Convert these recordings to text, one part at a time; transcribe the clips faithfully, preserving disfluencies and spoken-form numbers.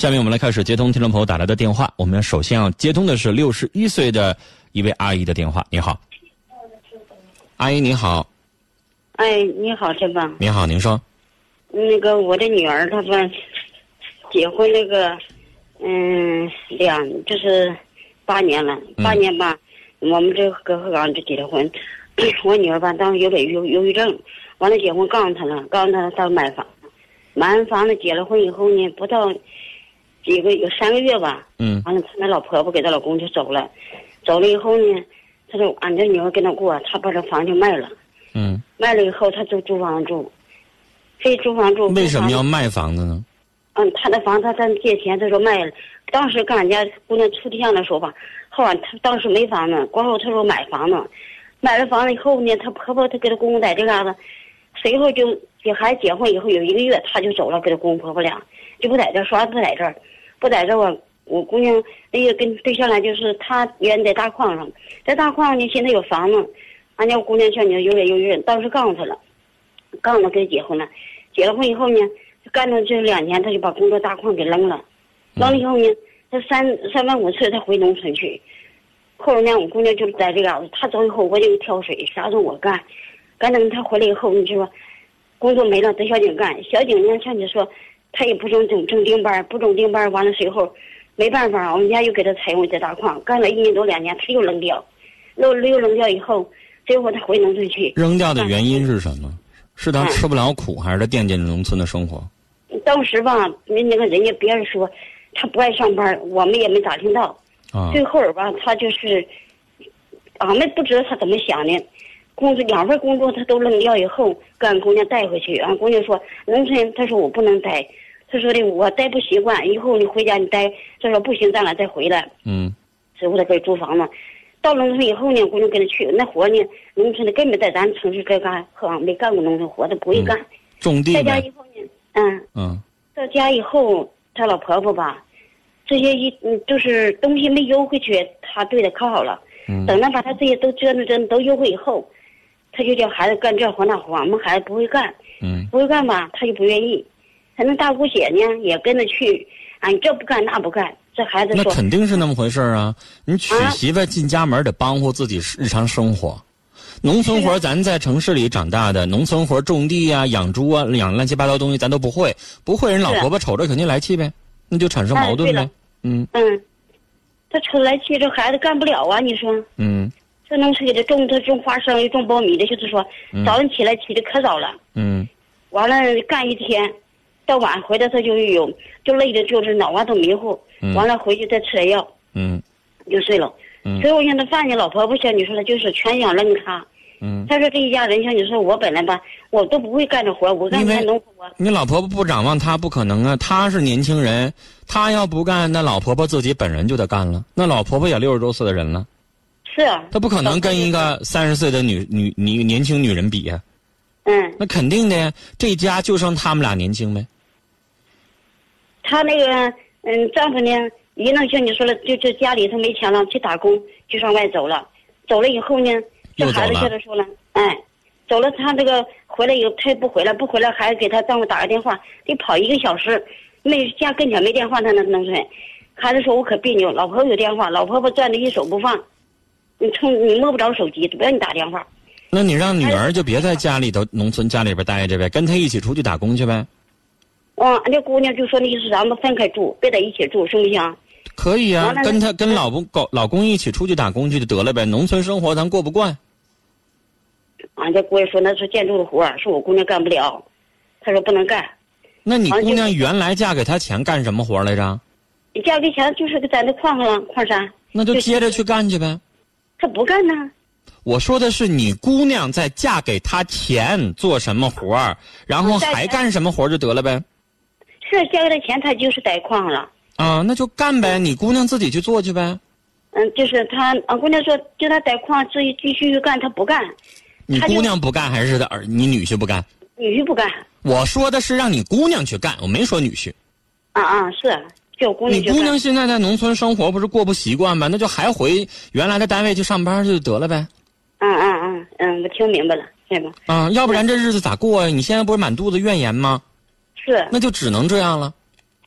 下面我们来开始接通听众朋友打来的电话。我们首先要接通的是六十一岁的一位阿姨的电话。你好，阿姨你好。 哎，你好，陈芳。 你好，您说。 那个我的女儿她吧，结婚那个，嗯，两就是八年了，八年吧，嗯、我们这搁鹤岗就结的婚。我女儿吧，当时有点忧忧郁症，完了结婚告诉她了，告诉她她买房，买完房子结了婚以后呢，不到几个有三个月吧， 嗯， 完了她那老婆婆给她老公就走了，走了以后呢，她说俺这女儿跟她过，她把这房就卖了， 嗯， 卖了以后她就租房住，非租房住。 为什么要卖房子呢？ 嗯，她的房她咱借钱，她说卖了，当时跟俺家姑娘处对象的时候吧，后来她当时没房子，过后她说买房子。买了房子以后呢，她婆婆她给她公公在这嘎达，随后就给孩子结婚以后有一个月，她就走了，给她公公婆婆俩就不在这儿，说不在这儿，不在这儿。我我姑娘那个跟对象呢，就是她原在大矿上，在大矿呢现在有房子，俺家姑娘小女有点忧郁症，当时告诉她了，告诉她跟她结婚了，结了婚以后呢，干了这两年，她就把工作大矿给扔了，扔了以后呢，她三三番五次她回农村去。后来呢，我姑娘就在这个，她走以后我就挑水，啥都我干，干等她回来以后，你就说工作没了，得小景干。小景呢，像你说，她也不中正正丁班，不中丁班，完了随后没办法，我们家又给她采用这大矿，干了一年多两年，她又扔掉，又又扔掉以后，最后她回农村去。 扔掉的原因是什么？是她吃不了苦，还是她惦记着农村的生活？ 当时吧，那那个人家别人说她不爱上班，我们也没打听到。 啊， 最后吧，他就是，俺们不知道他怎么想的，工作两份工作他都扔掉以后，给俺姑娘带回去。俺姑娘说，农村，他说我不能待，他说的我待不习惯，以后你回家你待，他说不行，咱俩再回来。 嗯， 之后他给租房子，到农村以后呢，姑娘跟他去，那活呢，农村的根本在咱城市这干，鹤岗没干过农村活，他不会干。 嗯、种地。 在家以后呢，嗯嗯， 到家以后，他老婆婆吧。这些一嗯，就是东西没邮回去，他对他可好了。 嗯。 等他把他这些都折腾折腾都邮回以后，他就叫孩子干这活那活，我们孩子不会干。 嗯。 不会干吧，他就不愿意。他那大姑姐呢，也跟着去，俺这不干那不干，这孩子说。 那肯定是那么回事啊！你娶媳妇进家门得帮护自己日常生活，啊、农村活咱在城市里长大的，农村活种地啊、养猪啊、养乱七八糟东西咱都不会，不会人老婆婆瞅着肯定来气呗，那就产生矛盾呗。嗯嗯，他瞅来气，这孩子干不了啊！你说， 嗯， 这农村给他种，他种花生，又种苞米的，就是说， 嗯、 早上起来起的可早了， 嗯， 完了干一天，到晚回来他就有，就累的，就是脑瓜都迷糊， 嗯、 完了回去再吃点药， 嗯， 就睡了。 嗯， 所以我现在发现老婆婆像你说的，就是全想扔他。 嗯， 他说这一家人像你说，我本来吧，我都不会干这活，我干干农活。 你老婆婆不指望他不可能啊，他是年轻人，他要不干，那老婆婆自己本人就得干了。那老婆婆也六十多岁的人了， 是啊， 他不可能跟一个三十岁的女女女年轻女人比呀、 啊。嗯， 那肯定的呀，这家就剩他们俩年轻呗。 他那个嗯丈夫呢，一弄像你说了，就这家里头没钱了，去打工就上外走了，走了以后呢。这孩子现在说了，哎，走了，他这个回来以后，他也不回来，不回来，还给他丈夫打个电话，得跑一个小时，没家跟前没电话，他那农村，孩子说我可别扭，老婆婆有电话，老婆婆攥着一手不放，你冲你摸不着手机，不让你打电话。 那你让女儿就别在家里头农村家里边待着呗，跟他一起出去打工去呗。 哦，俺这姑娘就说那意思，咱们分开住，别在一起住，行不行？ 可以啊，跟他跟老公搞老公一起出去打工去就得了呗。农村生活咱过不惯。 俺这姑爷说那是建筑的活，是我姑娘干不了，他说不能干。 那你姑娘原来嫁给他前干什么活来着？ 嫁给前就是个在那矿上矿山。 那就接着去干去呗。 他不干呢。 我说的是你姑娘在嫁给他前做什么活儿，然后还干什么活就得了呗。 是嫁给他前，他就是在矿上了。 啊，那就干呗，你姑娘自己去做去呗。 嗯，就是他，俺姑娘说，就他在矿自己继续干，他不干。 你姑娘不干还是儿你女婿不干？ 女婿不干。 我说的是让你姑娘去干，我没说女婿。 啊啊，是，就姑娘。 你姑娘现在在农村生活不是过不习惯吗？那就还回原来的单位去上班就得了呗。 嗯嗯嗯嗯，我听明白了，对吧？ 啊，要不然这日子咋过呀？你现在不是满肚子怨言吗？ 是。 那就只能这样了。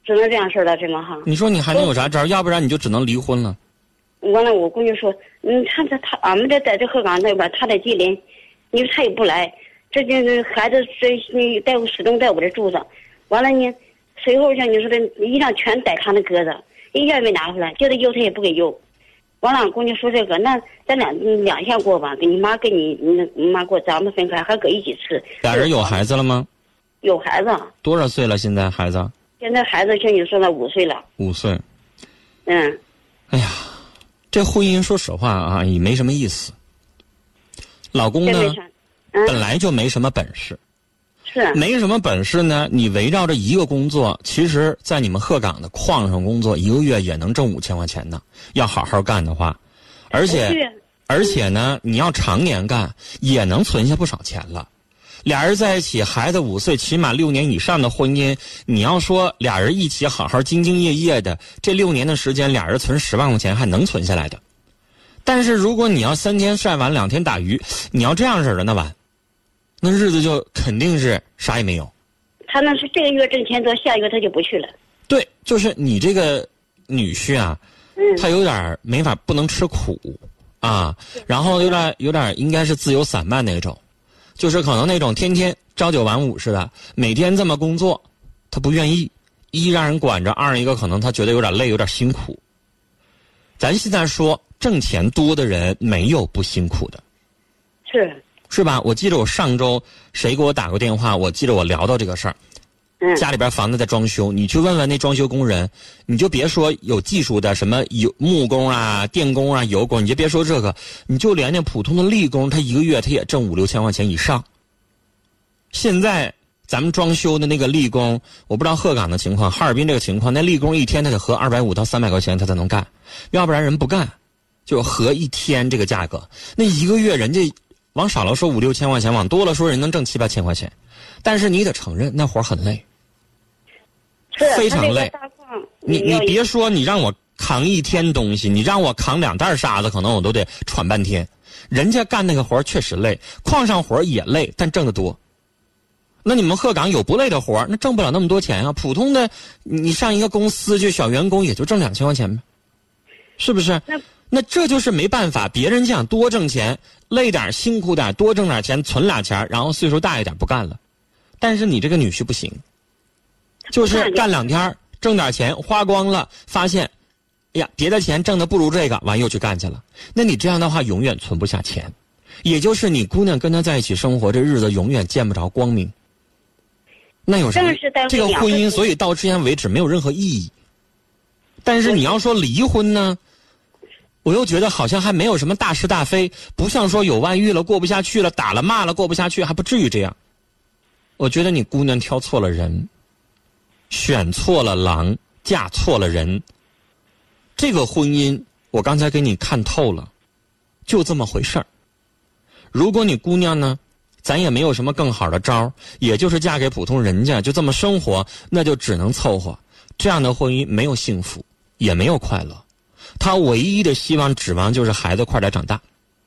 只能这样式了，这么哈。 你说你还能有啥招？要不然你就只能离婚了。 完了，我姑娘说，嗯，他他他，俺们这在这鹤岗那边，他在吉林，你说他也不来，这就是孩子这你在我始终在我这住着。完了呢，随后像你说的，衣裳全在他那搁着，一件没拿回来，叫他邮他也不给邮。完了，俺姑娘说这个，那咱俩两下过吧，给你妈跟你你你妈过，咱们分开，还搁一起吃。 俩人有孩子了吗？ 有孩子。 多少岁了？现在孩子？ 现在孩子像你说了五岁了。 五岁。 嗯。 哎呀，这婚姻说实话啊，也没什么意思。老公呢， 嗯、 本来就没什么本事。 是。 没什么本事呢，你围绕着一个工作，其实在你们鹤岗的矿上工作，一个月也能挣五千块钱呢。要好好干的话，而且而且呢，你要常年干，也能存下不少钱了。俩人在一起，孩子五岁，起码六年以上的婚姻，你要说俩人一起好好兢兢业业的，这六年的时间，俩人存十万块钱还能存下来的。但是如果你要三天晒网，两天打鱼，你要这样式的，那完，那日子就肯定是啥也没有。 他那是这个月挣钱多，下个月他就不去了。 对，就是你这个女婿啊， 嗯、 他有点没法，不能吃苦啊，然后有点有点应该是自由散漫那种。就是可能那种天天朝九晚五似的，每天这么工作，他不愿意。一让人管着，二一个可能他觉得有点累，有点辛苦。咱现在说挣钱多的人没有不辛苦的， 是是吧？我记得我上周谁给我打过电话，我记得我聊到这个事儿。 嗯， 家里边房子在装修，你去问问那装修工人，你就别说有技术的什么有木工啊、电工啊、油工，你就别说这个，你就连那普通的力工，他一个月他也挣五六千块钱以上。现在咱们装修的那个力工，我不知道鹤岗的情况，哈尔滨这个情况，那力工一天他得合二百五到三百块钱他才能干，要不然人不干，就合一天这个价格。那一个月人家往少了说五六千块钱，往多了说人能挣七八千块钱，但是你得承认那活很累。非常累，你你别说你让我扛一天东西，你让我扛两袋沙子，可能我都得喘半天。人家干那个活确实累，矿上活也累，但挣得多。那你们鹤岗有不累的活，那挣不了那么多钱啊。普通的你上一个公司去小员工也就挣两千块钱呗，是不是？那那这就是没办法，别人想多挣钱，累点辛苦点，多挣点钱存俩钱，然后岁数大一点不干了。但是你这个女婿不行。就是干两天挣点钱花光了，发现哎呀别的钱挣的不如这个，完又去干去了。那你这样的话永远存不下钱，也就是你姑娘跟他在一起生活，这日子永远见不着光明。那有啥？这个婚姻所以到之前为止没有任何意义。但是你要说离婚呢，我又觉得好像还没有什么大是大非，不像说有外遇了过不下去了，打了骂了过不下去，还不至于这样。我觉得你姑娘挑错了人，选错了郎，嫁错了人。这个婚姻我刚才给你看透了，就这么回事儿。如果你姑娘呢，咱也没有什么更好的招，也就是嫁给普通人家，就这么生活，那就只能凑合。这样的婚姻没有幸福，也没有快乐。她唯一的希望指望就是孩子快点长大。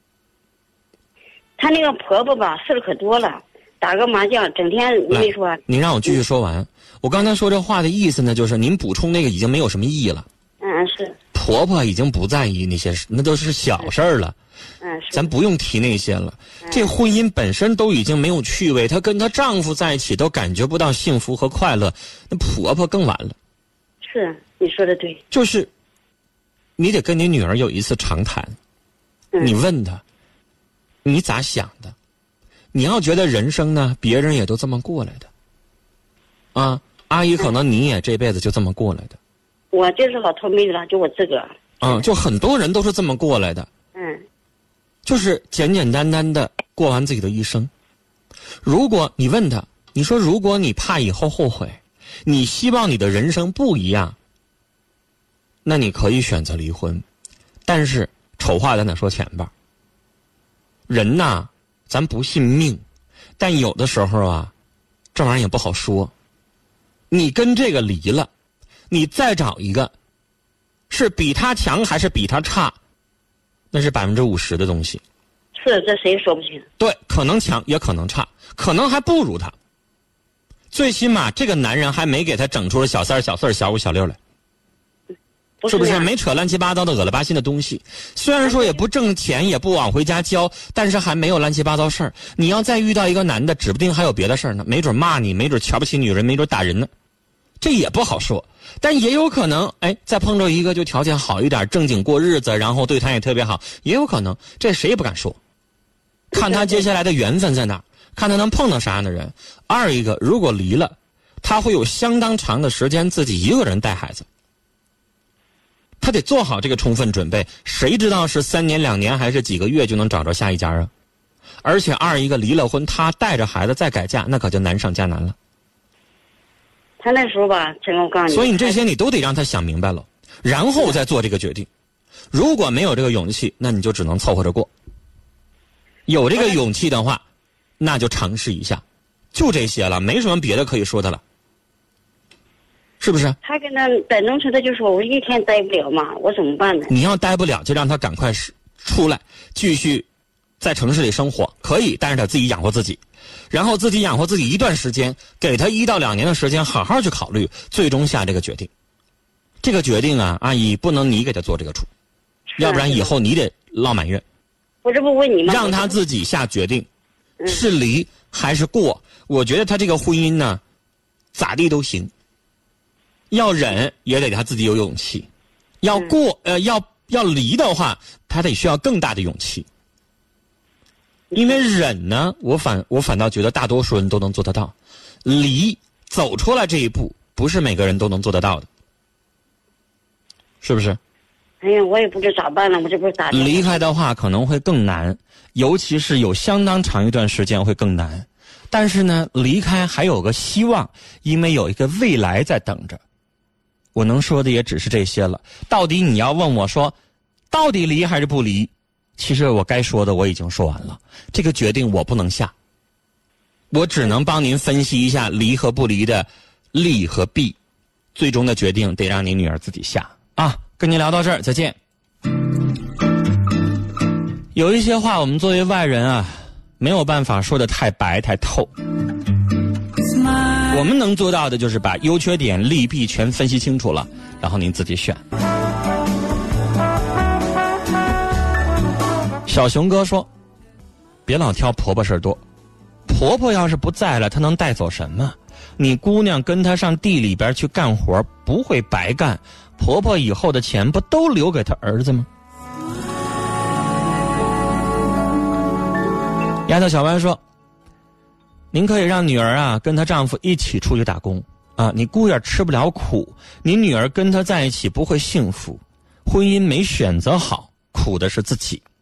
她那个婆婆吧，事儿可多了，打个麻将，整天没说。 你让我继续说完。我刚才说这话的意思呢，就是您补充那个已经没有什么意义了。 嗯，是。 婆婆已经不在意那些事，那都是小事儿了。 嗯，是。 咱不用提那些了。嗯、这婚姻本身都已经没有趣味，她跟她丈夫在一起都感觉不到幸福和快乐，那婆婆更完了。 是，你说的对。 就是，你得跟你女儿有一次长谈。 嗯、 你问她，你咋想的？你要觉得人生呢，别人也都这么过来的。啊，阿姨，可能你也这辈子就这么过来的。 我就是老头妹子了，就我自个儿。 嗯，就很多人都是这么过来的。 嗯。 就是简简单单的过完自己的一生。如果你问他，你说如果你怕以后后悔，你希望你的人生不一样，那你可以选择离婚。但是丑话咱得说前边。人呐，咱不信命，但有的时候啊，这玩意儿也不好说。你跟这个离了，你再找一个，是比他强还是比他差，那是百分之五十的东西。 是，这谁说不清？ 对，可能强也可能差，可能还不如他。 最起码这个男人还没给他整出了小三、小四、小五、小六来，是不是？没扯乱七八糟的恶了巴心的东西。虽然说也不挣钱，也不往回家交，但是还没有乱七八糟事儿。你要再遇到一个男的，指不定还有别的事儿呢，没准骂你，没准瞧不起女人，没准打人呢，这也不好说。但也有可能，哎，再碰着一个就条件好一点，正经过日子，然后对他也特别好，也有可能。这谁也不敢说。看他接下来的缘分在哪儿，看他能碰到啥样的人。二一个，如果离了，他会有相当长的时间自己一个人带孩子。他得做好这个充分准备，谁知道是三年两年还是几个月就能找着下一家啊？而且二一个离了婚，他带着孩子再改嫁，那可就难上加难了。 他那时候吧，陈哥，我告诉你， 所以你这些你都得让他想明白了，然后再做这个决定。如果没有这个勇气，那你就只能凑合着过。有这个勇气的话，那就尝试一下，就这些了，没什么别的可以说的了。是不是？ 他跟他在农村，他就说我一天待不了嘛，我怎么办呢？ 你要待不了，就让他赶快出来，继续在城市里生活，可以，但是他自己养活自己，然后自己养活自己一段时间，给他一到两年的时间，好好去考虑，最终下这个决定。这个决定啊，阿姨不能你给他做这个主，要不然以后你得落埋怨。 我这不问你吗？ 让他自己下决定，是离还是过？我觉得他这个婚姻呢，咋地都行。要忍也得他自己有勇气，要过呃要要离的话，他得需要更大的勇气。因为忍呢，我反我反倒觉得大多数人都能做得到，离走出来这一步，不是每个人都能做得到的，是不是？ 哎呀，我也不知咋办了，我这不是咋的？ 离开的话可能会更难，尤其是有相当长一段时间会更难。但是呢，离开还有个希望，因为有一个未来在等着。我能说的也只是这些了。到底你要问我说，到底离还是不离？其实我该说的我已经说完了，这个决定我不能下，我只能帮您分析一下离和不离的利和弊，最终的决定得让您女儿自己下啊。跟您聊到这儿，再见。有一些话我们作为外人啊，没有办法说得太白太透。我们能做到的就是把优缺点利弊全分析清楚了，然后您自己选。小熊哥说，别老挑婆婆事多，婆婆要是不在了，她能带走什么？你姑娘跟她上地里边去干活，不会白干，婆婆以后的钱不都留给她儿子吗？丫头小歪说，您可以让女儿啊跟她丈夫一起出去打工啊，你姑爷吃不了苦，你女儿跟他在一起不会幸福，婚姻没选择好，苦的是自己。